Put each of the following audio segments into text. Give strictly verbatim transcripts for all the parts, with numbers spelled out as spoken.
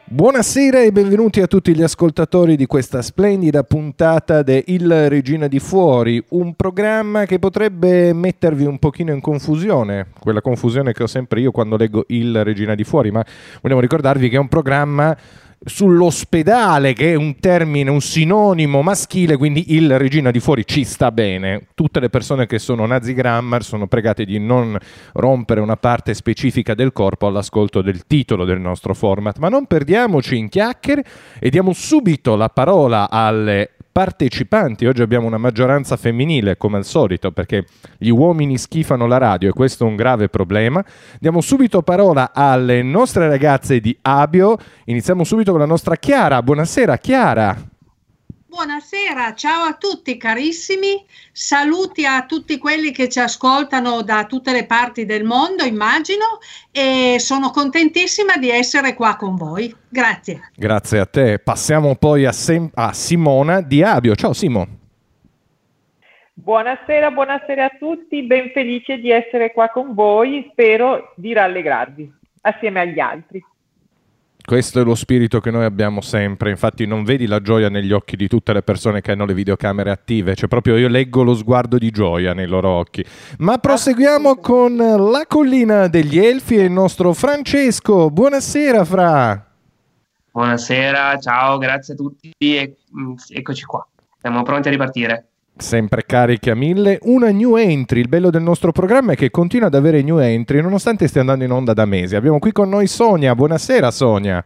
Buonasera e benvenuti a tutti gli ascoltatori di questa splendida puntata de Il Regina di Fuori, un programma che potrebbe mettervi un pochino in confusione, quella confusione che ho sempre io quando leggo Il Regina di Fuori, ma vogliamo ricordarvi che è un programma sull'ospedale, che è un termine, un sinonimo maschile, quindi il Regina di Fuori ci sta bene. Tutte le persone che sono Nazi Grammar sono pregate di non rompere una parte specifica del corpo all'ascolto del titolo del nostro format, ma non perdiamoci in chiacchiere e diamo subito la parola alle partecipanti. Oggi abbiamo una maggioranza femminile come al solito perché gli uomini schifano la radio e questo è un grave problema. Diamo subito parola alle nostre ragazze di Abio. Iniziamo subito con la nostra Chiara. Buonasera Chiara. Buonasera, ciao a tutti carissimi, saluti a tutti quelli che ci ascoltano da tutte le parti del mondo, immagino, e sono contentissima di essere qua con voi. Grazie. Grazie a te. Passiamo poi a, Sem- a Simona di Abio. Ciao Simo. Buonasera, buonasera a tutti, ben felice di essere qua con voi, spero di rallegrarvi assieme agli altri. Questo è lo spirito che noi abbiamo sempre, infatti non vedi la gioia negli occhi di tutte le persone che hanno le videocamere attive, cioè proprio io leggo lo sguardo di gioia nei loro occhi. Ma proseguiamo con la collina degli Elfi e il nostro Francesco. Buonasera Fra. Buonasera, ciao, grazie a tutti e mh, eccoci qua, siamo pronti a ripartire. Sempre carichi a mille, una new entry. Il bello del nostro programma è che continua ad avere new entry nonostante stia andando in onda da mesi. Abbiamo qui con noi Sonia. Buonasera Sonia.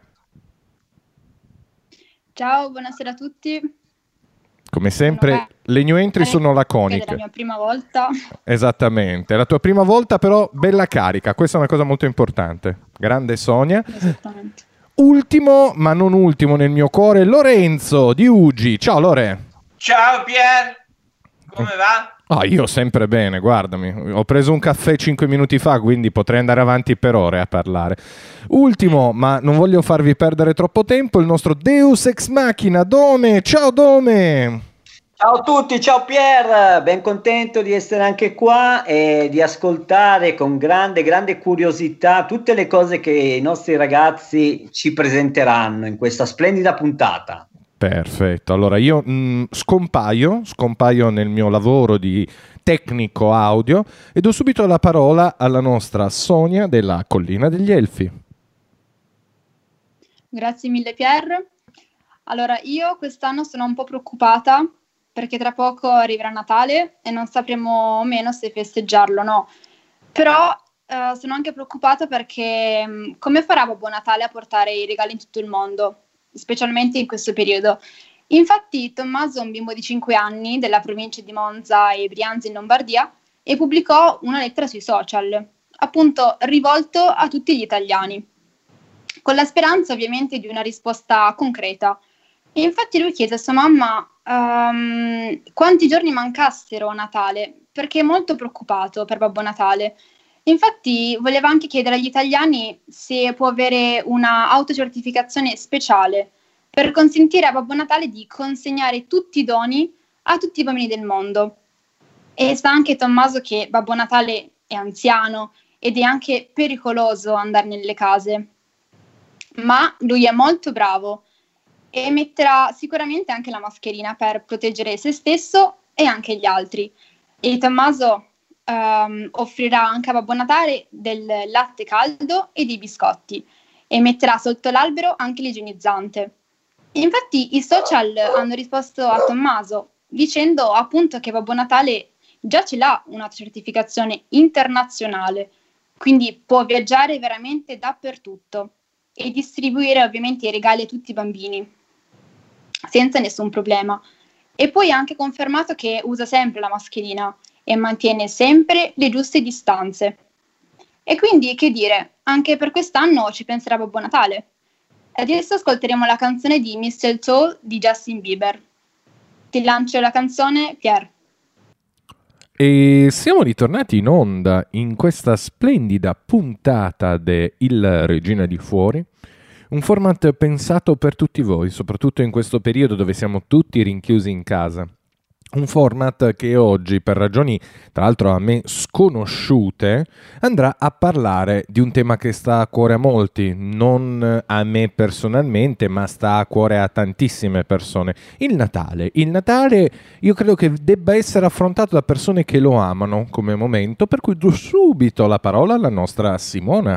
Ciao, buonasera a tutti. Come sempre sono le new entry sono laconiche. È la mia prima volta. Esattamente, la tua prima volta però bella carica, questa è una cosa molto importante. Grande Sonia. Esattamente. Ultimo, ma non ultimo nel mio cuore, Lorenzo di Ugi. Ciao Lore. Ciao Pier. Come va? Ah, io sempre bene, guardami. Ho preso un caffè cinque minuti fa, quindi potrei andare avanti per ore a parlare. Ultimo, ma non voglio farvi perdere troppo tempo, il nostro Deus Ex Machina, Dome. Ciao Dome! Ciao a tutti, ciao Pier! Ben contento di essere anche qua e di ascoltare con grande, grande curiosità tutte le cose che i nostri ragazzi ci presenteranno in questa splendida puntata. Perfetto, allora io mh, scompaio, scompaio nel mio lavoro di tecnico audio e do subito la parola alla nostra Sonia della Collina degli Elfi. Grazie mille Pier. Allora io quest'anno sono un po' preoccupata perché tra poco arriverà Natale e non sapremo o meno se festeggiarlo o no, però eh, sono anche preoccupata perché mh, come farà Babbo Natale a portare i regali in tutto il mondo? Specialmente in questo periodo. Infatti Tommaso, un bimbo di cinque anni della provincia di Monza e Brianza in Lombardia, e pubblicò una lettera sui social, appunto rivolto a tutti gli italiani, con la speranza ovviamente di una risposta concreta. E infatti lui chiese a sua mamma um, quanti giorni mancassero a Natale, perché è molto preoccupato per Babbo Natale. Infatti voleva anche chiedere agli italiani se può avere una autocertificazione speciale per consentire a Babbo Natale di consegnare tutti i doni a tutti i bambini del mondo. E sa anche Tommaso che Babbo Natale è anziano ed è anche pericoloso andare nelle case, ma lui è molto bravo e metterà sicuramente anche la mascherina per proteggere se stesso e anche gli altri. E Tommaso Um, offrirà anche a Babbo Natale del latte caldo e dei biscotti e metterà sotto l'albero anche l'igienizzante. Infatti i social hanno risposto a Tommaso dicendo appunto che Babbo Natale già ce l'ha una certificazione internazionale, quindi può viaggiare veramente dappertutto e distribuire ovviamente i regali a tutti i bambini senza nessun problema. E poi ha anche confermato che usa sempre la mascherina e mantiene sempre le giuste distanze. E quindi, che dire, anche per quest'anno ci penserà Babbo Natale. Adesso ascolteremo la canzone di Mistletoe di Justin Bieber. Ti lancio la canzone, Pier. E siamo ritornati in onda in questa splendida puntata de Il Regina di Fuori, un format pensato per tutti voi, soprattutto in questo periodo dove siamo tutti rinchiusi in casa. Un format che oggi, per ragioni tra l'altro a me sconosciute, andrà a parlare di un tema che sta a cuore a molti, non a me personalmente, ma sta a cuore a tantissime persone. Il Natale. Il Natale io credo che debba essere affrontato da persone che lo amano come momento, per cui do subito la parola alla nostra Simona.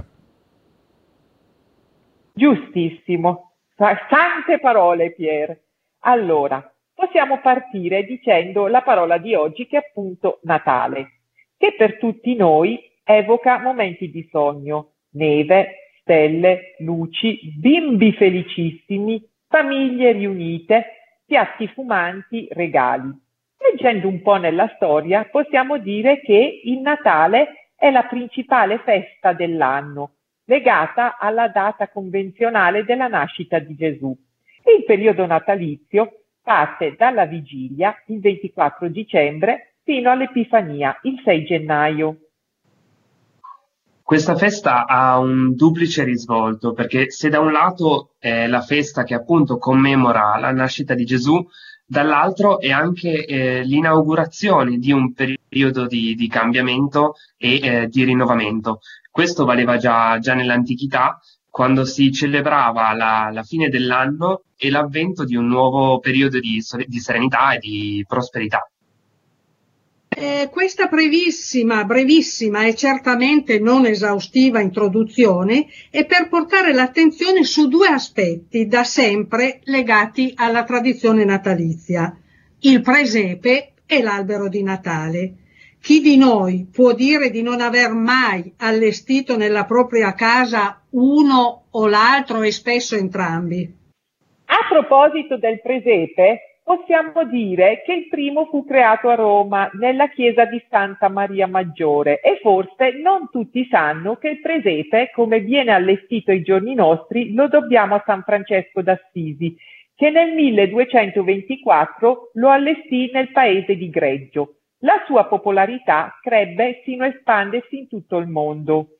Giustissimo. Tante parole, Pier. Allora, possiamo partire dicendo la parola di oggi, che è appunto Natale, che per tutti noi evoca momenti di sogno, neve, stelle, luci, bimbi felicissimi, famiglie riunite, piatti fumanti, regali. Leggendo un po' nella storia, possiamo dire che il Natale è la principale festa dell'anno, legata alla data convenzionale della nascita di Gesù. Il periodo natalizio parte dalla vigilia, il ventiquattro dicembre, fino all'Epifania, il sei gennaio. Questa festa ha un duplice risvolto, perché se da un lato è la festa che appunto commemora la nascita di Gesù, dall'altro è anche eh, l'inaugurazione di un periodo di, di cambiamento e eh, di rinnovamento. Questo valeva già, già nell'antichità, quando si celebrava la, la fine dell'anno e l'avvento di un nuovo periodo di, di serenità e di prosperità. Eh, questa brevissima, brevissima e certamente non esaustiva introduzione è per portare l'attenzione su due aspetti da sempre legati alla tradizione natalizia: il presepe e l'albero di Natale. Chi di noi può dire di non aver mai allestito nella propria casa uno o l'altro e spesso entrambi? A proposito del presepe, possiamo dire che il primo fu creato a Roma, nella chiesa di Santa Maria Maggiore, e forse non tutti sanno che il presepe, come viene allestito ai giorni nostri, lo dobbiamo a San Francesco d'Assisi, che nel milleduecentoventiquattro lo allestì nel paese di Greggio. La sua popolarità crebbe sino a espandersi in tutto il mondo.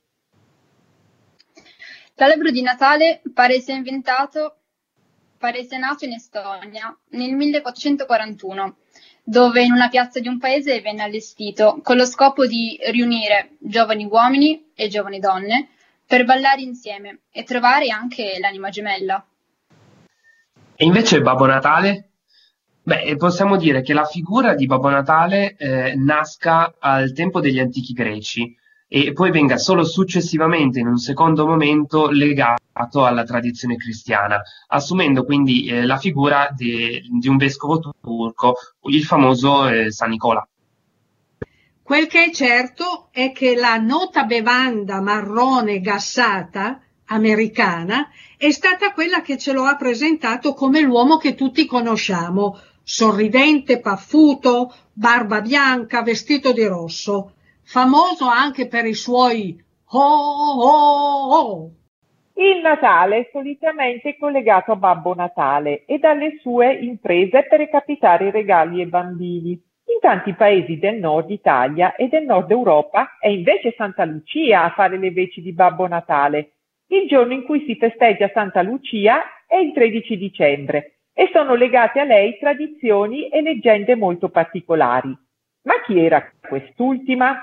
L'albero di Natale pare sia inventato, pare sia nato in Estonia nel millequattrocentoquarantuno, dove in una piazza di un paese venne allestito con lo scopo di riunire giovani uomini e giovani donne per ballare insieme e trovare anche l'anima gemella. E invece Babbo Natale? Beh, possiamo dire che la figura di Babbo Natale eh, nasca al tempo degli antichi greci e poi venga solo successivamente, in un secondo momento, legato alla tradizione cristiana, assumendo quindi eh, la figura di, di un vescovo turco, il famoso eh, San Nicola. Quel che è certo è che la nota bevanda marrone gassata americana è stata quella che ce lo ha presentato come l'uomo che tutti conosciamo, sorridente, paffuto, barba bianca, vestito di rosso, famoso anche per i suoi oh oh oh. Il Natale è solitamente collegato a Babbo Natale e dalle sue imprese per recapitare i regali ai bambini. In tanti paesi del nord Italia e del nord Europa è invece Santa Lucia a fare le veci di Babbo Natale. Il giorno in cui si festeggia Santa Lucia è il tredici dicembre e sono legate a lei tradizioni e leggende molto particolari. Ma chi era quest'ultima?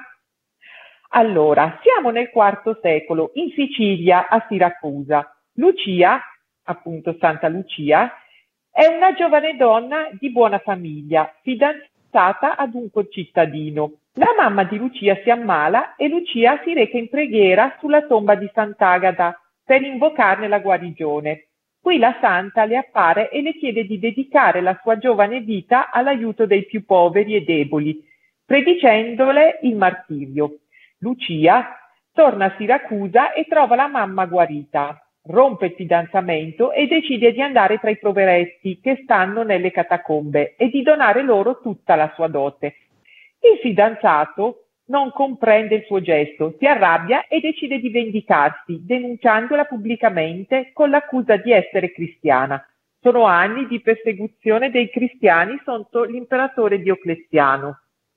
Allora, siamo nel quarto secolo, in Sicilia, a Siracusa. Lucia, appunto Santa Lucia, è una giovane donna di buona famiglia, fidanzata ad un concittadino. La mamma di Lucia si ammala e Lucia si reca in preghiera sulla tomba di Sant'Agata per invocarne la guarigione. Qui la santa le appare e le chiede di dedicare la sua giovane vita all'aiuto dei più poveri e deboli, predicendole il martirio. Lucia torna a Siracusa e trova la mamma guarita, rompe il fidanzamento e decide di andare tra i poveretti che stanno nelle catacombe e di donare loro tutta la sua dote. Il fidanzato non comprende il suo gesto, si arrabbia e decide di vendicarsi, denunciandola pubblicamente con l'accusa di essere cristiana. Sono anni di persecuzione dei cristiani sotto l'imperatore Diocleziano.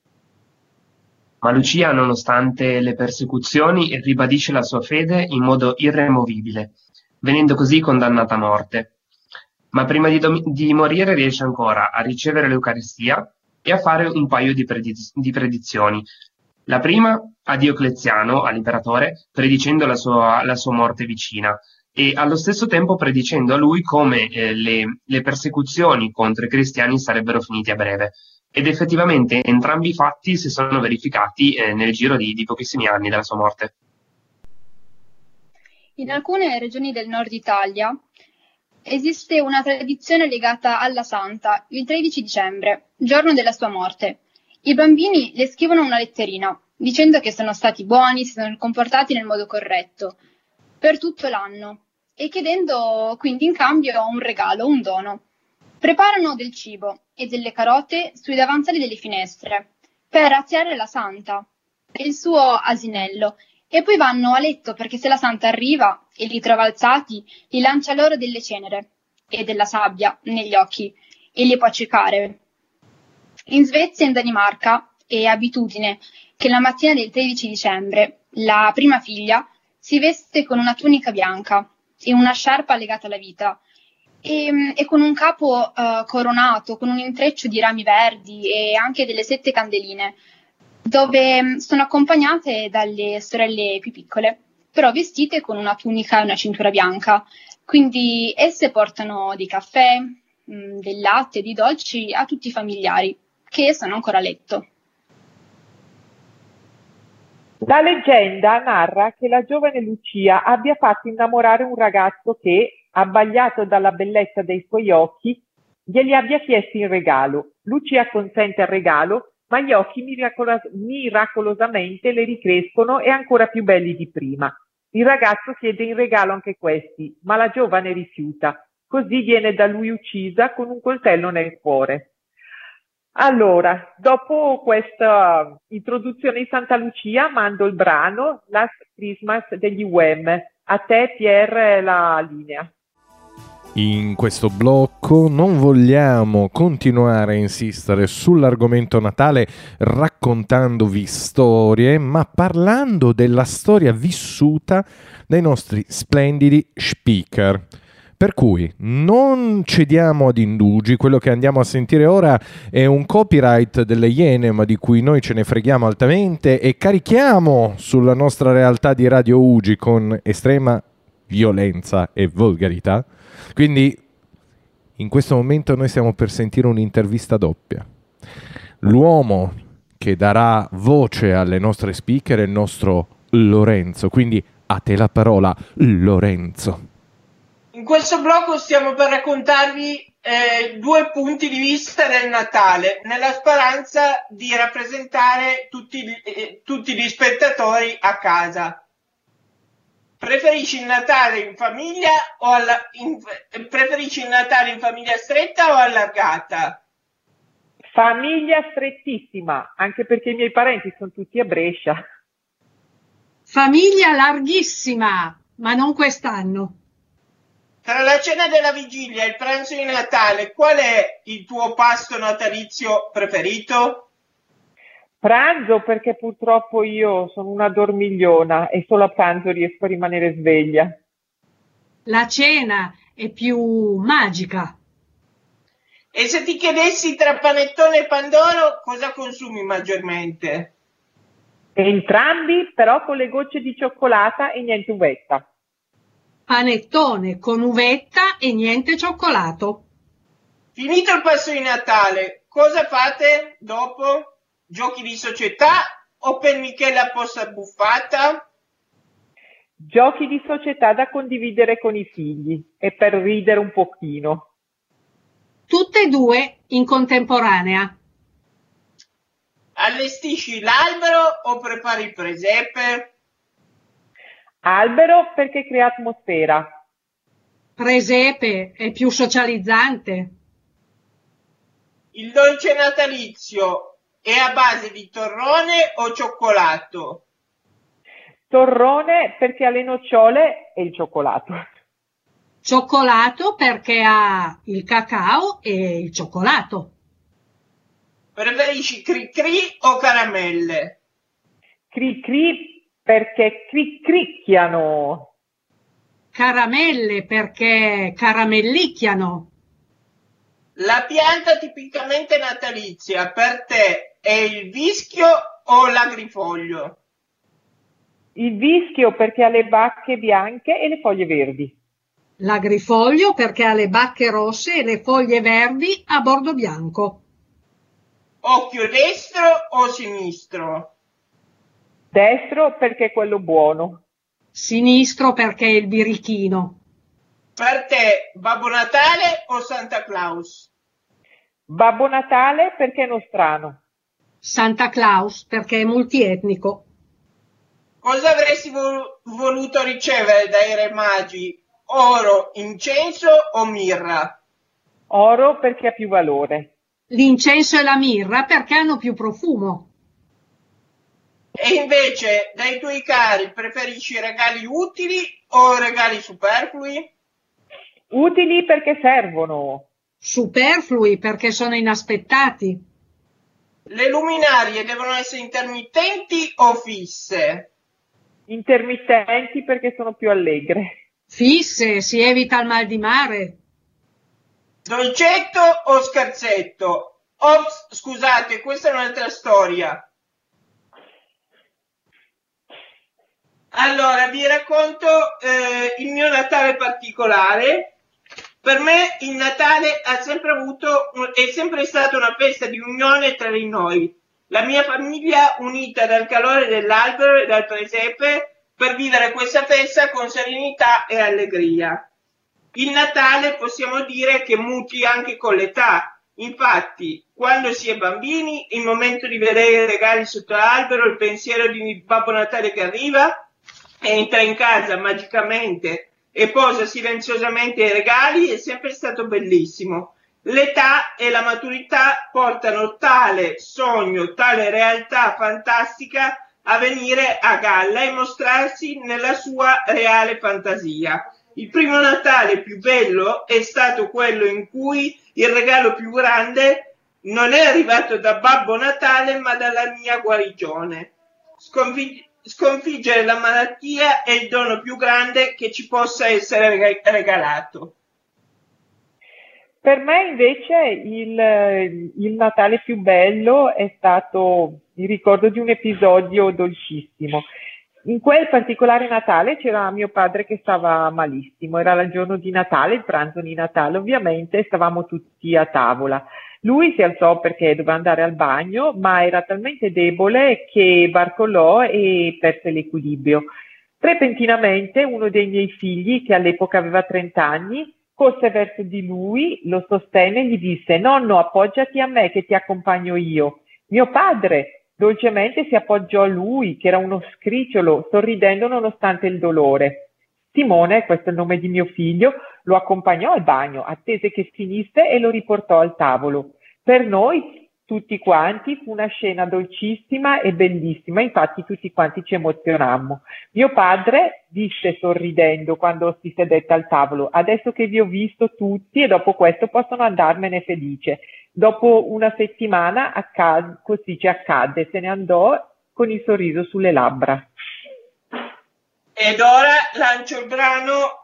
Ma Lucia, nonostante le persecuzioni, ribadisce la sua fede in modo irremovibile, venendo così condannata a morte. Ma prima di, dom- di morire riesce ancora a ricevere l'Eucaristia e a fare un paio di, prediz- di predizioni. La prima a Diocleziano, all'imperatore, predicendo la sua, la sua morte vicina, e allo stesso tempo predicendo a lui come eh, le, le persecuzioni contro i cristiani sarebbero finite a breve. Ed effettivamente entrambi i fatti si sono verificati eh, nel giro di, di pochissimi anni dalla sua morte. In alcune regioni del nord Italia esiste una tradizione legata alla Santa, il tredici dicembre, giorno della sua morte. I bambini le scrivono una letterina, dicendo che sono stati buoni, si sono comportati nel modo corretto, per tutto l'anno, e chiedendo quindi in cambio un regalo, un dono. Preparano del cibo e delle carote sui davanzali delle finestre, per attirare la Santa e il suo asinello, e poi vanno a letto perché se la Santa arriva e li trova alzati, li lancia loro delle cenere e della sabbia negli occhi e li può accecare. In Svezia e in Danimarca è abitudine che la mattina del tredici dicembre la prima figlia si veste con una tunica bianca e una sciarpa legata alla vita e, e con un capo uh, coronato, con un intreccio di rami verdi e anche delle sette candeline, dove sono accompagnate dalle sorelle più piccole, però vestite con una tunica e una cintura bianca. Quindi esse portano di caffè, mh, del latte, di dolci a tutti i familiari che sono ancora a letto. La leggenda narra che la giovane Lucia abbia fatto innamorare un ragazzo che, abbagliato dalla bellezza dei suoi occhi, glieli abbia chiesti in regalo. Lucia consente al regalo, ma gli occhi miracolos- miracolosamente le ricrescono e ancora più belli di prima. Il ragazzo chiede in regalo anche questi, ma la giovane rifiuta. Così viene da lui uccisa con un coltello nel cuore. Allora, dopo questa introduzione di Santa Lucia, mando il brano Last Christmas degli Wham. A te, Pierre, la linea. In questo blocco non vogliamo continuare a insistere sull'argomento Natale raccontandovi storie, ma parlando della storia vissuta dai nostri splendidi speaker. Per cui non cediamo ad indugi, quello che andiamo a sentire ora è un copyright delle Iene, ma di cui noi ce ne freghiamo altamente e carichiamo sulla nostra realtà di Radio Ugi con estrema violenza e volgarità. Quindi in questo momento noi stiamo per sentire un'intervista doppia. L'uomo che darà voce alle nostre speaker è il nostro Lorenzo, quindi a te la parola, Lorenzo. In questo blocco stiamo per raccontarvi eh, due punti di vista del Natale, nella speranza di rappresentare tutti, eh, tutti gli spettatori a casa. Preferisci il Natale in famiglia o alla, in, preferisci il Natale in famiglia stretta o allargata? Famiglia strettissima, anche perché i miei parenti sono tutti a Brescia. Famiglia larghissima, ma non quest'anno. Tra la cena della vigilia e il pranzo di Natale, qual è il tuo pasto natalizio preferito? Pranzo, perché purtroppo io sono una dormigliona e solo a pranzo riesco a rimanere sveglia. La cena è più magica. E se ti chiedessi tra panettone e pandoro, cosa consumi maggiormente? Entrambi, però con le gocce di cioccolata e niente uvetta. Panettone con uvetta e niente cioccolato. Finito il pasto di Natale, cosa fate dopo? Giochi di società o pernichella apposta buffata? Giochi di società da condividere con i figli e per ridere un pochino. Tutte e due in contemporanea. Allestisci l'albero o prepari il presepe? Albero perché crea atmosfera. Presepe è più socializzante. Il dolce natalizio è a base di torrone o cioccolato? Torrone perché ha le nocciole e il cioccolato. Cioccolato perché ha il cacao e il cioccolato. Preferisci cri-cri o caramelle? Cri-cri perché cricricchiano. Caramelle perché caramellicchiano. La pianta tipicamente natalizia per te è il vischio o l'agrifoglio? Il vischio perché ha le bacche bianche e le foglie verdi. L'agrifoglio perché ha le bacche rosse e le foglie verdi a bordo bianco. Occhio destro o sinistro? Destro perché è quello buono. Sinistro perché è il birichino. Per te Babbo Natale o Santa Claus? Babbo Natale perché è nostrano. Santa Claus perché è multietnico. Cosa avresti vol- voluto ricevere dai Re Magi? Oro, incenso o mirra? Oro perché ha più valore. L'incenso e la mirra perché hanno più profumo. E invece dai tuoi cari preferisci regali utili o regali superflui? Utili perché servono. Superflui perché sono inaspettati. Le luminarie devono essere intermittenti o fisse? Intermittenti perché sono più allegre. Fisse, si evita il mal di mare. Dolcetto o scherzetto? Ops, scusate, questa è un'altra storia. Allora, vi racconto eh, il mio Natale particolare. Per me il Natale ha sempre avuto, è sempre stata una festa di unione tra di noi. La mia famiglia unita dal calore dell'albero e dal presepe per vivere questa festa con serenità e allegria. Il Natale possiamo dire che muti anche con l'età. Infatti, quando si è bambini, il momento di vedere i regali sotto l'albero, il pensiero di Babbo Natale che arriva, entra in casa magicamente e posa silenziosamente i regali è sempre stato bellissimo. L'età e la maturità portano tale sogno, tale realtà fantastica a venire a galla e mostrarsi nella sua reale fantasia. Il primo Natale più bello è stato quello in cui il regalo più grande non è arrivato da Babbo Natale ma dalla mia guarigione. Sconfig- sconfiggere la malattia è il dono più grande che ci possa essere regalato. Per me invece il, il Natale più bello è stato il ricordo di un episodio dolcissimo. In quel particolare Natale c'era mio padre che stava malissimo, era il giorno di Natale, il pranzo di Natale ovviamente, stavamo tutti a tavola. Lui si alzò perché doveva andare al bagno, ma era talmente debole che barcollò e perse l'equilibrio. Repentinamente uno dei miei figli, che all'epoca aveva trenta anni, corse verso di lui, lo sostenne e gli disse: «Nonno, appoggiati a me che ti accompagno io». Mio padre dolcemente si appoggiò a lui, che era uno scricciolo, sorridendo nonostante il dolore. Simone, questo è il nome di mio figlio, lo accompagnò al bagno, attese che finisse e lo riportò al tavolo. Per noi, tutti quanti, fu una scena dolcissima e bellissima, infatti tutti quanti ci emozionammo. Mio padre disse sorridendo quando si sedette al tavolo: «Adesso che vi ho visto tutti e dopo questo possono andarmene felice». Dopo una settimana accad- così ci accadde, se ne andò con il sorriso sulle labbra. Ed ora lancio il brano.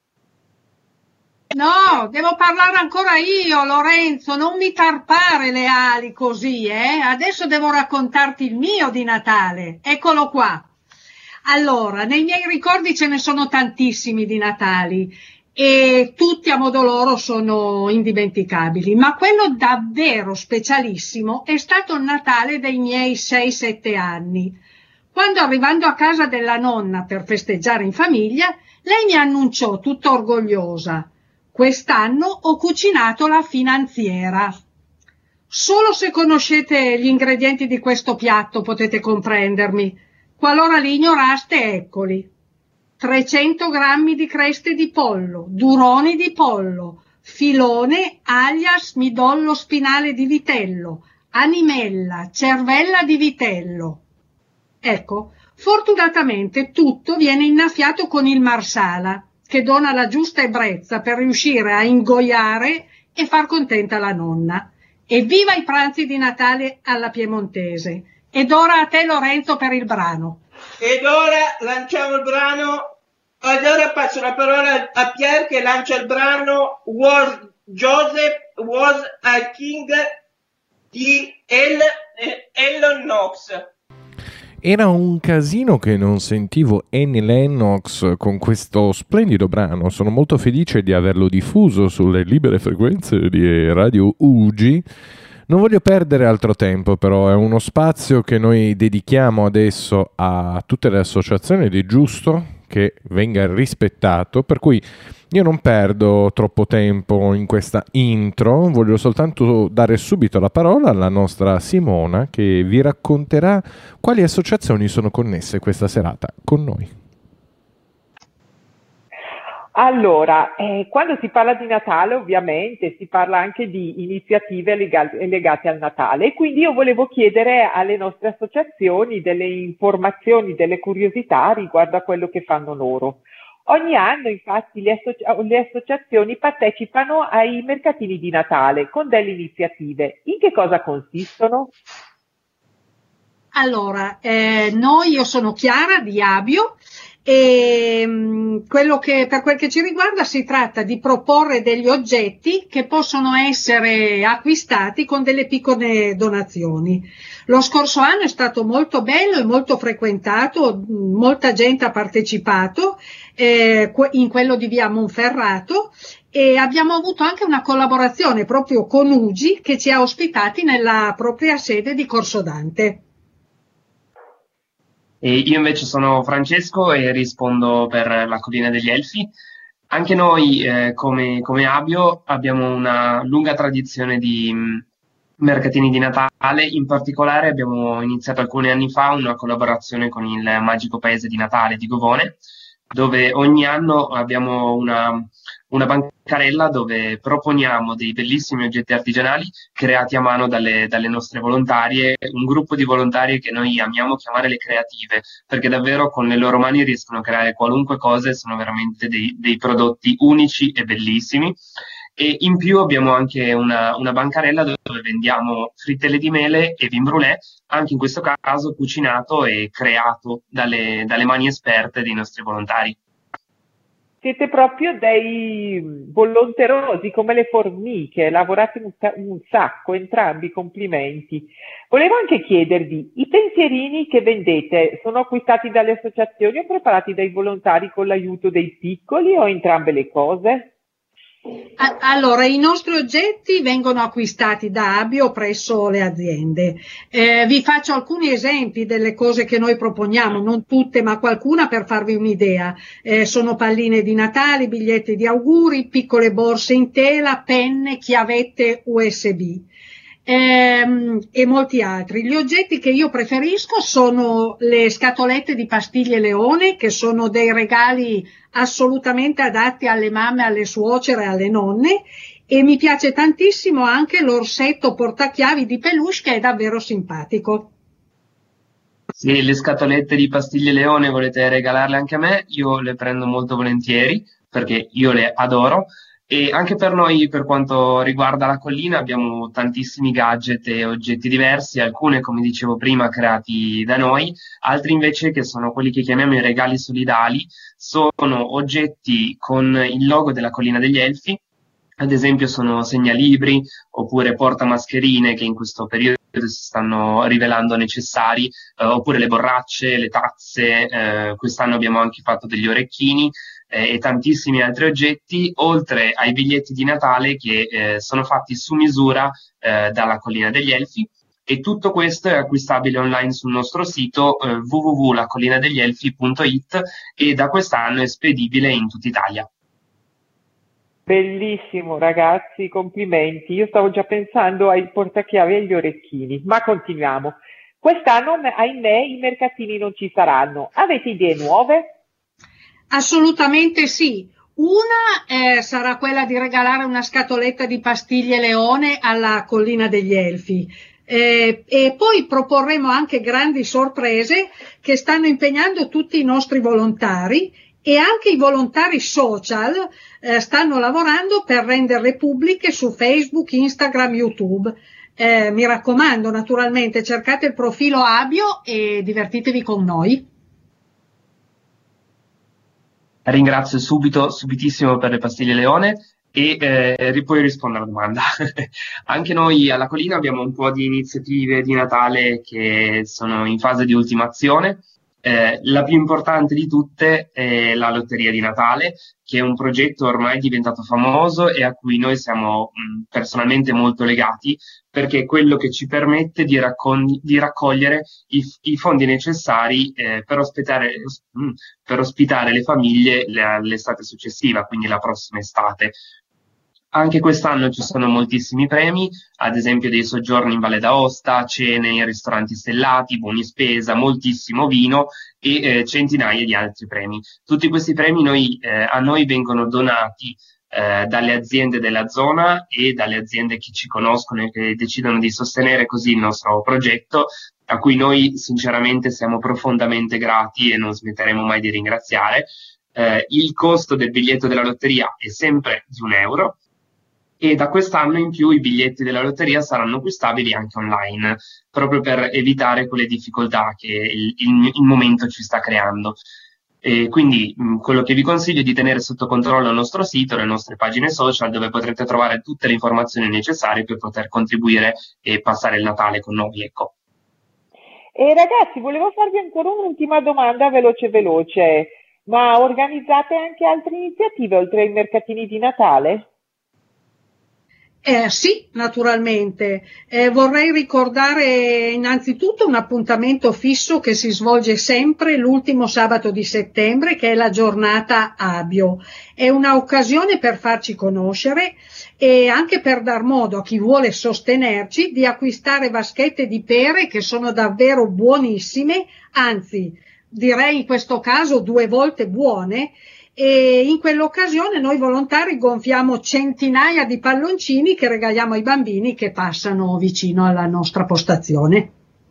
No, devo parlare ancora io, Lorenzo, non mi tarpare le ali così, eh? Adesso devo raccontarti il mio di Natale. Eccolo qua. Allora, nei miei ricordi ce ne sono tantissimi di Natali e tutti a modo loro sono indimenticabili, ma quello davvero specialissimo è stato il Natale dei miei sei sette anni, quando arrivando a casa della nonna per festeggiare in famiglia, lei mi annunciò tutta orgogliosa: «Quest'anno ho cucinato la finanziera». Solo se conoscete gli ingredienti di questo piatto potete comprendermi. Qualora li ignoraste, eccoli: trecento grammi di creste di pollo, duroni di pollo, filone, alias midollo spinale di vitello, animella, cervella di vitello. Ecco, fortunatamente tutto viene innaffiato con il marsala, che dona la giusta ebbrezza per riuscire a ingoiare e far contenta la nonna. Evviva i pranzi di Natale alla piemontese! Ed ora a te, Lorenzo, per il brano. Ed ora lanciamo il brano. Ed ora passo la parola a Pier che lancia il brano World Joseph was a king di El, eh, Elon Knox. Era un casino che non sentivo Annie Lennox con questo splendido brano. Sono molto felice di averlo diffuso sulle libere frequenze di Radio U G. Non voglio perdere altro tempo, però è uno spazio che noi dedichiamo adesso a tutte le associazioni ed è giusto che venga rispettato, per cui io non perdo troppo tempo in questa intro, voglio soltanto dare subito la parola alla nostra Simona che vi racconterà quali associazioni sono connesse questa serata con noi. Allora, eh, quando si parla di Natale ovviamente si parla anche di iniziative lega- legate al Natale e quindi io volevo chiedere alle nostre associazioni delle informazioni, delle curiosità riguardo a quello che fanno loro. Ogni anno infatti le, associ- le associazioni partecipano ai mercatini di Natale con delle iniziative. In che cosa consistono? Allora, eh, noi, io sono Chiara di Abio e mh, quello che, per quel che ci riguarda si tratta di proporre degli oggetti che possono essere acquistati con delle piccole donazioni. Lo scorso anno è stato molto bello e molto frequentato, molta gente ha partecipato eh, in quello di via Monferrato e abbiamo avuto anche una collaborazione proprio con U G I che ci ha ospitati nella propria sede di Corso Dante. E io invece sono Francesco e rispondo per la Collina degli Elfi. Anche noi, eh, come, come Abio, abbiamo una lunga tradizione di mh, mercatini di Natale. In particolare abbiamo iniziato alcuni anni fa una collaborazione con il Magico Paese di Natale di Govone, dove ogni anno abbiamo una, una bancarella dove proponiamo dei bellissimi oggetti artigianali creati a mano dalle, dalle nostre volontarie, un gruppo di volontarie che noi amiamo chiamare le creative, perché davvero con le loro mani riescono a creare qualunque cosa e sono veramente dei, dei prodotti unici e bellissimi. E in più abbiamo anche una, una bancarella dove vendiamo frittelle di mele e vin brûlé, anche in questo caso cucinato e creato dalle, dalle mani esperte dei nostri volontari. Siete proprio dei volonterosi come le formiche, lavorate un, un sacco, entrambi, complimenti. Volevo anche chiedervi, i pensierini che vendete sono acquistati dalle associazioni o preparati dai volontari con l'aiuto dei piccoli o entrambe le cose? Allora, i nostri oggetti vengono acquistati da Abio presso le aziende. Eh, vi faccio alcuni esempi delle cose che noi proponiamo, non tutte ma qualcuna per farvi un'idea. Eh, sono palline di Natale, biglietti di auguri, piccole borse in tela, penne, chiavette U S B. Ehm, e molti altri. Gli oggetti che io preferisco sono le scatolette di pastiglie Leone, che sono dei regali assolutamente adatti alle mamme, alle suocere, alle nonne, e mi piace tantissimo anche l'orsetto portachiavi di peluche che è davvero simpatico. Se le scatolette di pastiglie Leone volete regalarle anche a me, io le prendo molto volentieri perché io le adoro. E anche per noi, per quanto riguarda la collina, abbiamo tantissimi gadget e oggetti diversi, alcune, come dicevo prima, creati da noi, altri invece, che sono quelli che chiamiamo i regali solidali, sono oggetti con il logo della Collina degli Elfi. Ad esempio sono segnalibri oppure portamascherine che in questo periodo si stanno rivelando necessari, eh, oppure le borracce, le tazze, eh, quest'anno abbiamo anche fatto degli orecchini eh, e tantissimi altri oggetti, oltre ai biglietti di Natale che eh, sono fatti su misura eh, dalla Collina degli Elfi. E tutto questo è acquistabile online sul nostro sito eh, w w w punto la collina degli elfi punto i t e da quest'anno è spedibile in tutta Italia. Bellissimo ragazzi, complimenti. Io stavo già pensando ai portachiavi e agli orecchini, ma continuiamo. Quest'anno, ahimè, i mercatini non ci saranno. Avete idee nuove? Assolutamente sì. Una eh, sarà quella di regalare una scatoletta di pastiglie Leone alla Collina degli Elfi. Eh, e poi proporremo anche grandi sorprese che stanno impegnando tutti i nostri volontari e anche i volontari social eh, stanno lavorando per renderle pubbliche su Facebook, Instagram, YouTube. Eh, mi raccomando, naturalmente, cercate il profilo Abio e divertitevi con noi. Ringrazio subito, subitissimo per le pastiglie Leone E eh, poi rispondo alla domanda. Anche noi alla Collina abbiamo un po' di iniziative di Natale che sono in fase di ultimazione. Eh, la più importante di tutte è la Lotteria di Natale, che è un progetto ormai diventato famoso e a cui noi siamo mh, personalmente molto legati, perché è quello che ci permette di, raccogli- di raccogliere i, i fondi necessari eh, per, ospitare, mh, per ospitare le famiglie le- l'estate successiva, quindi la prossima estate. Anche quest'anno ci sono moltissimi premi, ad esempio dei soggiorni in Valle d'Aosta, cene in ristoranti stellati, buoni spesa, moltissimo vino e eh, centinaia di altri premi. Tutti questi premi noi, eh, a noi vengono donati eh, dalle aziende della zona e dalle aziende che ci conoscono e che decidono di sostenere così il nostro progetto, a cui noi sinceramente siamo profondamente grati e non smetteremo mai di ringraziare. Eh, il costo del biglietto della lotteria è sempre di un euro. E da quest'anno in più i biglietti della lotteria saranno acquistabili anche online, proprio per evitare quelle difficoltà che il, il, il momento ci sta creando. E quindi mh, quello che vi consiglio è di tenere sotto controllo il nostro sito, le nostre pagine social, dove potrete trovare tutte le informazioni necessarie per poter contribuire e passare il Natale con noi, ecco. E ragazzi, volevo farvi ancora un'ultima domanda veloce veloce, ma organizzate anche altre iniziative oltre ai mercatini di Natale? Eh, sì, naturalmente. Eh, vorrei ricordare innanzitutto un appuntamento fisso che si svolge sempre l'ultimo sabato di settembre, che è la giornata Abio. È un'occasione per farci conoscere e anche per dar modo a chi vuole sostenerci di acquistare vaschette di pere che sono davvero buonissime, anzi, direi in questo caso due volte buone. E in quell'occasione noi volontari gonfiamo centinaia di palloncini che regaliamo ai bambini che passano vicino alla nostra postazione.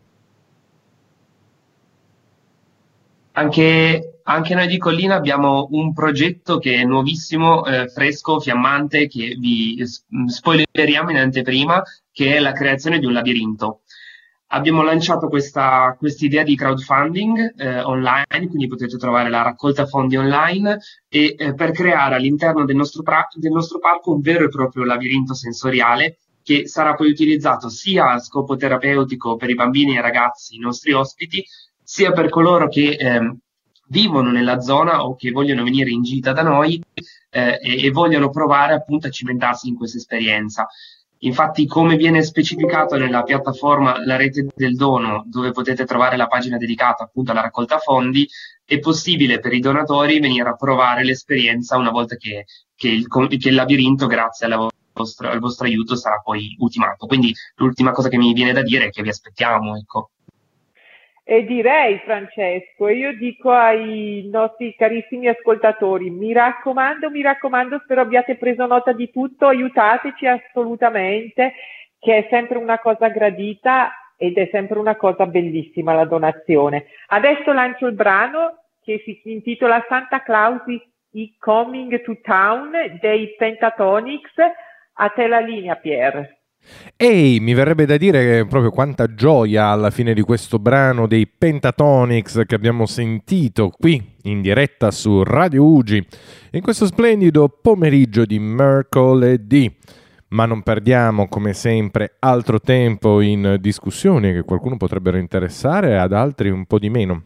Anche, anche noi di Collina abbiamo un progetto che è nuovissimo, eh, fresco, fiammante, che vi spoileriamo in anteprima, che è la creazione di un labirinto. Abbiamo lanciato questa idea di crowdfunding eh, online, quindi potete trovare la raccolta fondi online e eh, per creare all'interno del nostro, pra- del nostro parco un vero e proprio labirinto sensoriale che sarà poi utilizzato sia a scopo terapeutico per i bambini e i ragazzi, i nostri ospiti, sia per coloro che eh, vivono nella zona o che vogliono venire in gita da noi eh, e, e vogliono provare appunto a cimentarsi in questa esperienza. Infatti, come viene specificato nella piattaforma La Rete del Dono, dove potete trovare la pagina dedicata appunto alla raccolta fondi, è possibile per i donatori venire a provare l'esperienza una volta che, che, il, che il labirinto, grazie alla vostra, al vostro aiuto, sarà poi ultimato. Quindi l'ultima cosa che mi viene da dire è che vi aspettiamo, ecco. E direi, Francesco, io dico ai nostri carissimi ascoltatori, mi raccomando, mi raccomando, spero abbiate preso nota di tutto, aiutateci assolutamente, che è sempre una cosa gradita ed è sempre una cosa bellissima la donazione. Adesso lancio il brano che si intitola Santa Claus is Coming to Town dei Pentatonix. A te la linea, Pier. Ehi, mi verrebbe da dire proprio quanta gioia alla fine di questo brano dei Pentatonix che abbiamo sentito qui in diretta su Radio Ugi in questo splendido pomeriggio di mercoledì. Ma non perdiamo come sempre altro tempo in discussioni che qualcuno potrebbero interessare, ad altri un po' di meno.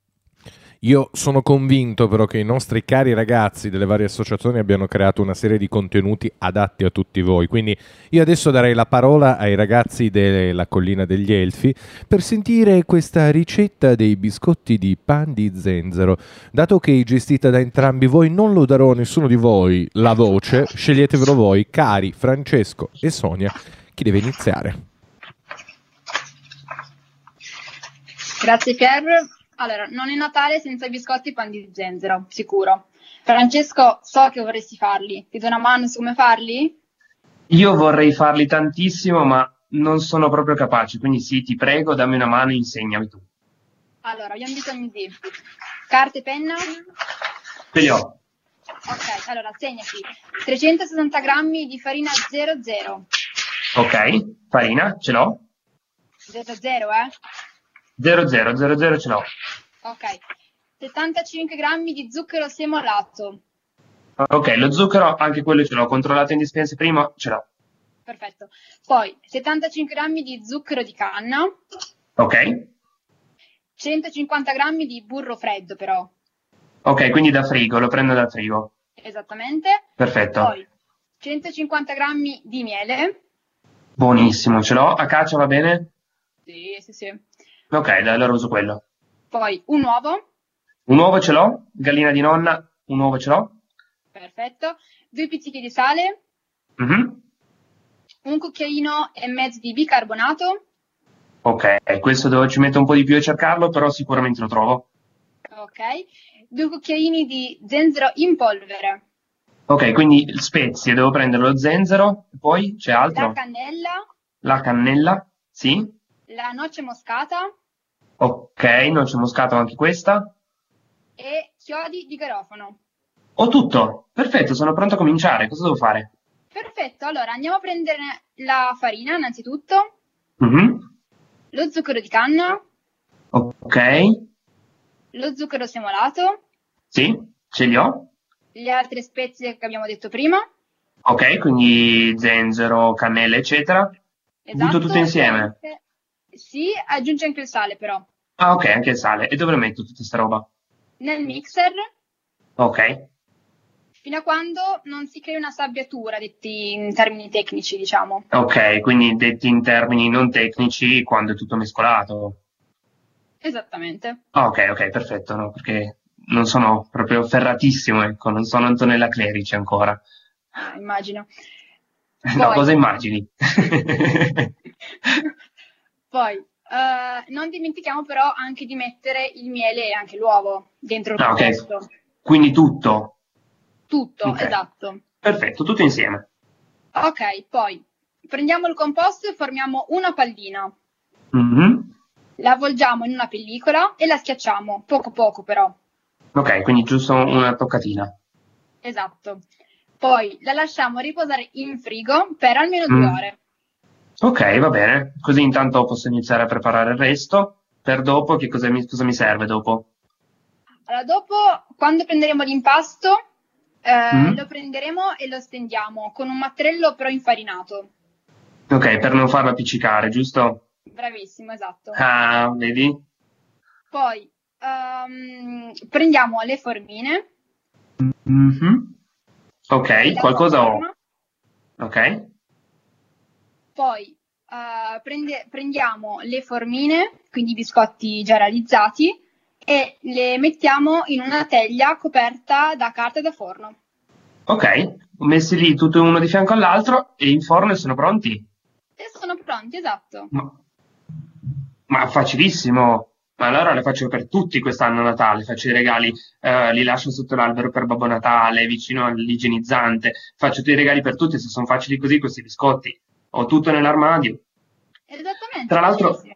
Io sono convinto però che i nostri cari ragazzi delle varie associazioni abbiano creato una serie di contenuti adatti a tutti voi, quindi io adesso darei la parola ai ragazzi della Collina degli Elfi per sentire questa ricetta dei biscotti di pan di zenzero. Dato che è gestita da entrambi voi, non lo darò a nessuno di voi la voce, sceglietevelo voi, cari Francesco e Sonia. Chi deve iniziare? Grazie Pier. Allora, non è Natale senza i biscotti pan di zenzero, sicuro. Francesco, so che vorresti farli. Ti do una mano su come farli? Io vorrei farli tantissimo, ma non sono proprio capace, quindi sì, ti prego, dammi una mano e insegnami tu. Allora, abbiamo bisogno di carta e penna. Ce li ho. Ok, allora, segnati. trecentosessanta grammi di farina zero zero. Ok, farina, ce l'ho. zero zero, eh? zero zero, zero zero ce l'ho. Ok, settantacinque grammi di zucchero semolato. Ok, lo zucchero, anche quello ce l'ho controllato in dispensa prima, ce l'ho. Perfetto. Poi settantacinque grammi di zucchero di canna, Ok, centocinquanta grammi di burro freddo però, ok, quindi da frigo, lo prendo dal frigo. esattamente. Perfetto, Poi centocinquanta grammi di miele. buonissimo, ce l'ho. A caccia va bene? Sì, sì, sì. Ok, dai, allora uso quello. Poi un uovo. Un uovo ce l'ho, gallina di nonna, un uovo ce l'ho. Perfetto. Due pizzichi di sale, Mhm. un cucchiaino e mezzo di bicarbonato. Ok, questo devo, ci metto un po' di più a cercarlo, però sicuramente lo trovo. Ok. Due cucchiaini di zenzero in polvere. Ok, quindi spezie, devo prendere lo zenzero, poi c'è La altro? cannella, La cannella, sì. la noce moscata Ok, noce moscata anche questa. e chiodi di garofano. Ho tutto, perfetto, sono pronto a cominciare. Cosa devo fare? Perfetto, allora andiamo a prendere la farina innanzitutto, Mhm. lo zucchero di canna, Ok, lo zucchero semolato, sì, ce li ho. le altre spezie che abbiamo detto prima. Ok, quindi zenzero, cannella, eccetera. Butto Esatto. tutto insieme. E anche- Sì, aggiungi anche il sale però. Ah, ok, anche il sale. E dove lo metto tutta sta roba? Nel mixer, Ok, fino a quando non si crei una sabbiatura, detti in termini tecnici, diciamo. ok, quindi detti in termini non tecnici, quando è tutto mescolato. Esattamente. Ah, ok, ok, perfetto, no, perché non sono proprio ferratissimo, ecco, non sono Antonella Clerici ancora. Eh, immagino. No, Poi, cosa immagini? poi eh, non dimentichiamo però anche di mettere il miele e anche l'uovo dentro il Ah, ok, composto. quindi tutto. Tutto, Ok, esatto. perfetto, tutto insieme. Ok, poi prendiamo il composto e formiamo una pallina. Mhm. La avvolgiamo in una pellicola e la schiacciamo, poco poco però. Ok, quindi giusto una toccatina. Esatto. Poi la lasciamo riposare in frigo per almeno due Mm. ore. Ok, va bene. Così intanto posso iniziare a preparare il resto. Per dopo, che cosa mi, cosa mi serve dopo? Allora, dopo, quando prenderemo l'impasto, eh, Mm? lo prenderemo e lo stendiamo con un mattarello però infarinato. Ok, per non farla appiccicare, giusto? Bravissimo, esatto. Ah, vedi? Poi ehm, prendiamo le formine, Mhm. Ok, mettiamo a qualcosa ho. forma, Ok. poi eh, prende- prendiamo le formine, quindi i biscotti già realizzati, e le mettiamo in una teglia coperta da carta da forno. Ok, messi lì tutto uno di fianco all'altro e in forno e sono pronti. E sono pronti, esatto. Ma, ma facilissimo. Ma allora le faccio per tutti quest'anno a Natale, faccio i regali, eh, li lascio sotto l'albero per Babbo Natale, vicino all'igienizzante, faccio tutti i regali per tutti, se sono facili così questi biscotti. Ho tutto nell'armadio. Esattamente, Tra l'altro, facilissimo.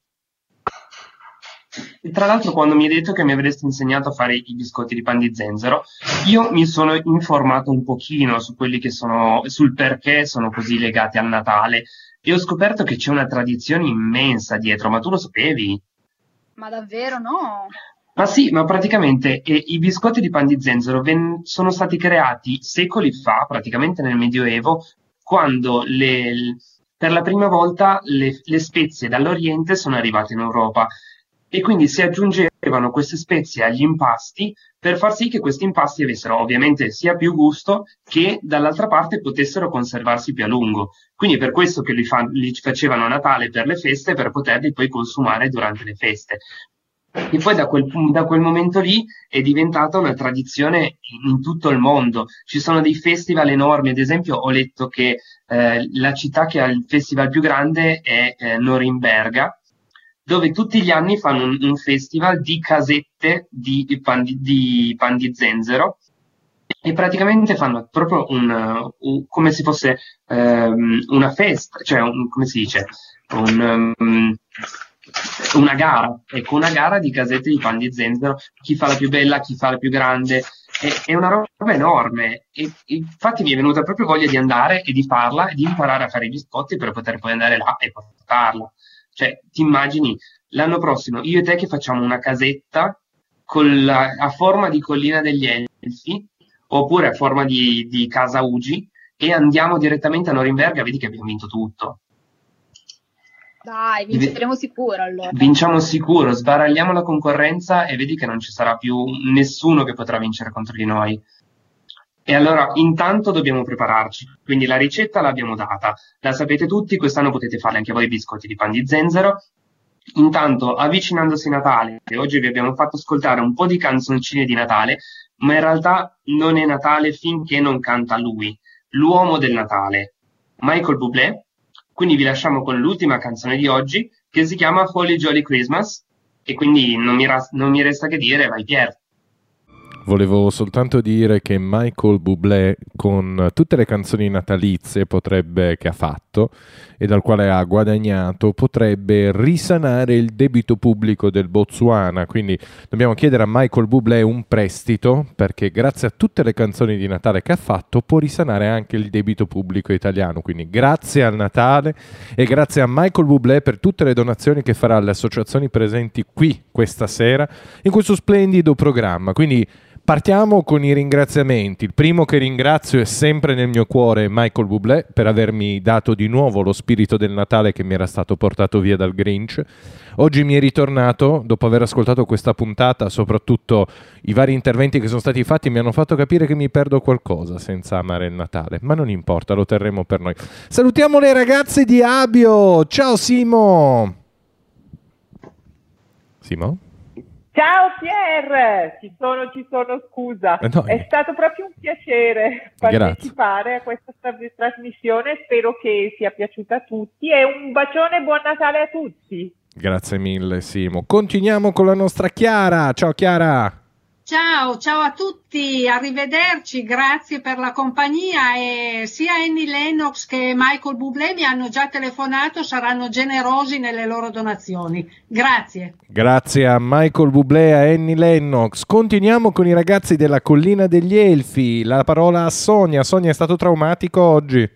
tra l'altro, quando mi hai detto che mi avresti insegnato a fare i biscotti di pan di zenzero, io mi sono informato un pochino su quelli che sono, sul perché sono così legati al Natale e ho scoperto che c'è una tradizione immensa dietro, ma tu lo sapevi? Ma davvero no? Ma sì, ma praticamente eh, i biscotti di pan di zenzero ven- sono stati creati secoli fa, praticamente nel Medioevo, quando le- l- per la prima volta le, le spezie dall'Oriente sono arrivate in Europa e quindi si aggiungevano queste spezie agli impasti per far sì che questi impasti avessero ovviamente sia più gusto che dall'altra parte potessero conservarsi più a lungo. Quindi è per questo che li, fa- li facevano a Natale per le feste per poterli poi consumare durante le feste. E poi da quel, pu- da quel momento lì è diventata una tradizione in tutto il mondo. Ci sono dei festival enormi, ad esempio ho letto che eh, la città che ha il festival più grande è eh, Norimberga, dove tutti gli anni fanno un, un festival di casette di, di pan di, di pan di zenzero e praticamente fanno proprio un, uh, un- come se fosse ehm, una festa, cioè un- come si dice, un, um, una gara, ecco, una gara di casette di pan di zenzero, chi fa la più bella, chi fa la più grande, è, è una roba enorme e, e infatti mi è venuta proprio voglia di andare e di farla e di imparare a fare i biscotti per poter poi andare là e portarla. Cioè, ti immagini l'anno prossimo io e te che facciamo una casetta con la- a forma di collina degli Elfi, oppure a forma di, di casa U G I, e andiamo direttamente a Norimberga, vedi che abbiamo vinto tutto. Dai, vinceremo sicuro allora. Vinciamo sicuro, sbaragliamo la concorrenza e vedi che non ci sarà più nessuno che potrà vincere contro di noi. E allora, intanto dobbiamo prepararci. Quindi la ricetta l'abbiamo data, la sapete tutti, quest'anno potete fare anche voi i biscotti di pan di zenzero. Intanto, avvicinandosi Natale, oggi vi abbiamo fatto ascoltare un po' di canzoncine di Natale, ma in realtà non è Natale finché non canta lui, l'uomo del Natale, Michael Bublé. Quindi vi lasciamo con l'ultima canzone di oggi, che si chiama Holly Jolly Christmas, e quindi non mi, ras- non mi resta che dire, vai Pier. Volevo soltanto dire che Michael Bublé, con tutte le canzoni natalizie potrebbe, che ha fatto e dal quale ha guadagnato, potrebbe risanare il debito pubblico del Botswana. Quindi dobbiamo chiedere a Michael Bublé un prestito, perché grazie a tutte le canzoni di Natale che ha fatto può risanare anche il debito pubblico italiano. Quindi grazie al Natale e grazie a Michael Bublé per tutte le donazioni che farà alle associazioni presenti qui questa sera in questo splendido programma. Quindi partiamo con i ringraziamenti. Il primo che ringrazio è sempre nel mio cuore Michael Bublé per avermi dato di nuovo lo spirito del Natale che mi era stato portato via dal Grinch. Oggi mi è ritornato, dopo aver ascoltato questa puntata, soprattutto i vari interventi che sono stati fatti mi hanno fatto capire che mi perdo qualcosa senza amare il Natale, ma non importa, lo terremo per noi. Salutiamo le ragazze di Abio. Ciao Simo. Simo? Ciao Pier, ci sono, ci sono, scusa. Eh no, È stato proprio un piacere partecipare Grazie. a questa trasmissione, spero che sia piaciuta a tutti e un bacione e buon Natale a tutti. Grazie mille Simo. Continuiamo con la nostra Chiara. Ciao Chiara. Ciao, ciao a tutti, arrivederci, grazie per la compagnia e sia Annie Lennox che Michael Bublé mi hanno già telefonato, saranno generosi nelle loro donazioni. Grazie. Grazie a Michael Bublé e a Annie Lennox. Continuiamo con i ragazzi della Collina degli Elfi. La parola a Sonia. Sonia, è stato traumatico oggi?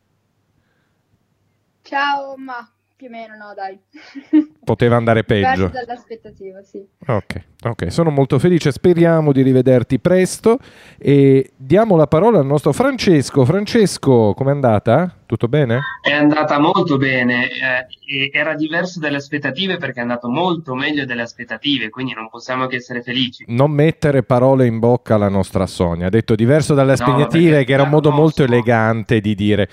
Ciao, ma più o meno no, dai. Poteva andare peggio. Dall'aspettativa, sì. Ok, ok, sono molto felice, speriamo di rivederti presto e diamo la parola al nostro Francesco. Francesco, com'è andata? Tutto bene? È andata molto bene, eh, era diverso dalle aspettative perché è andato molto meglio delle aspettative, quindi non possiamo che essere felici. Non mettere parole in bocca alla nostra Sonia, ha detto diverso dalle aspettative, no, che era un modo molto elegante di dire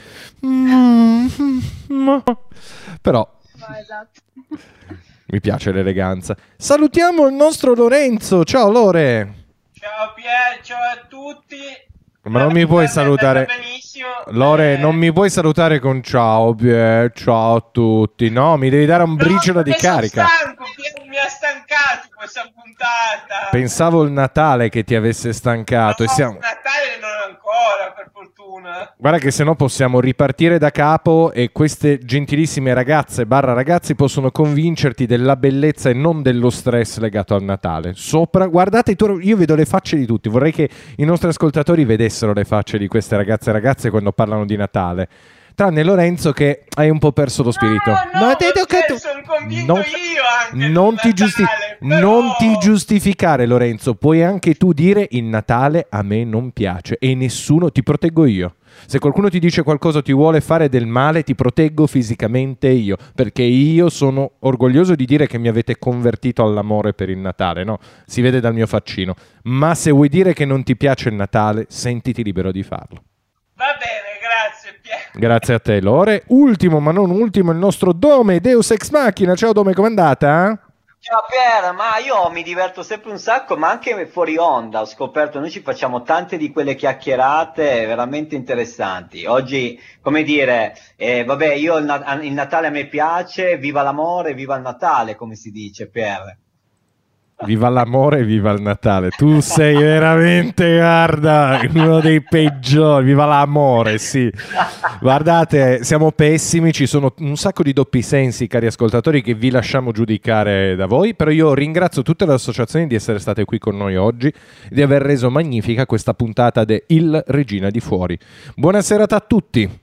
mm, mm, però no, esatto. Mi piace l'eleganza. Salutiamo il nostro Lorenzo. Ciao Lore. Ciao Pier, ciao a tutti. Ma non mi puoi salutare, Lore, non mi puoi salutare con ciao Pier, ciao a tutti. No, mi devi dare un briciolo no, di carica. Sono stanco, Pier mi ha stancato questa puntata. Pensavo il Natale che ti avesse stancato. No, e siamo... il Natale non ancora, per fortuna. Guarda che se no possiamo ripartire da capo e queste gentilissime ragazze barra ragazzi possono convincerti della bellezza e non dello stress legato al Natale. Sopra, guardate, io vedo le facce di tutti. Vorrei che i nostri ascoltatori vedessero le facce di queste ragazze e ragazze quando parlano di Natale. Tranne Lorenzo che hai un po' perso lo spirito. No, no, no te tu... sono convinto non, io anche non, ti, giusti... però... non ti giustificare Lorenzo, puoi anche tu dire il Natale a me non piace e nessuno, ti proteggo io. Se qualcuno ti dice qualcosa, ti vuole fare del male, ti proteggo fisicamente io, perché io sono orgoglioso di dire che mi avete convertito all'amore per il Natale, no? Si vede dal mio faccino. Ma se vuoi dire che non ti piace il Natale, sentiti libero di farlo. Va bene, grazie Pier. Grazie a te Lore. Ultimo ma non ultimo il nostro Dome, Deus Ex Machina. Ciao Dome, com'è andata? Ciao Pier, ma io mi diverto sempre un sacco, ma anche fuori onda ho scoperto, noi ci facciamo tante di quelle chiacchierate veramente interessanti. Oggi, come dire, eh, vabbè, io il, Nat- il Natale a me piace, viva l'amore, viva il Natale, come si dice, Pier. Viva l'amore, viva il Natale. Tu sei veramente, guarda, uno dei peggiori. Viva l'amore, sì. Guardate, siamo pessimi, ci sono un sacco di doppi sensi, cari ascoltatori, che vi lasciamo giudicare da voi, però io ringrazio tutte le associazioni di essere state qui con noi oggi e di aver reso magnifica questa puntata de Il Regina di Fuori. Buona serata a tutti.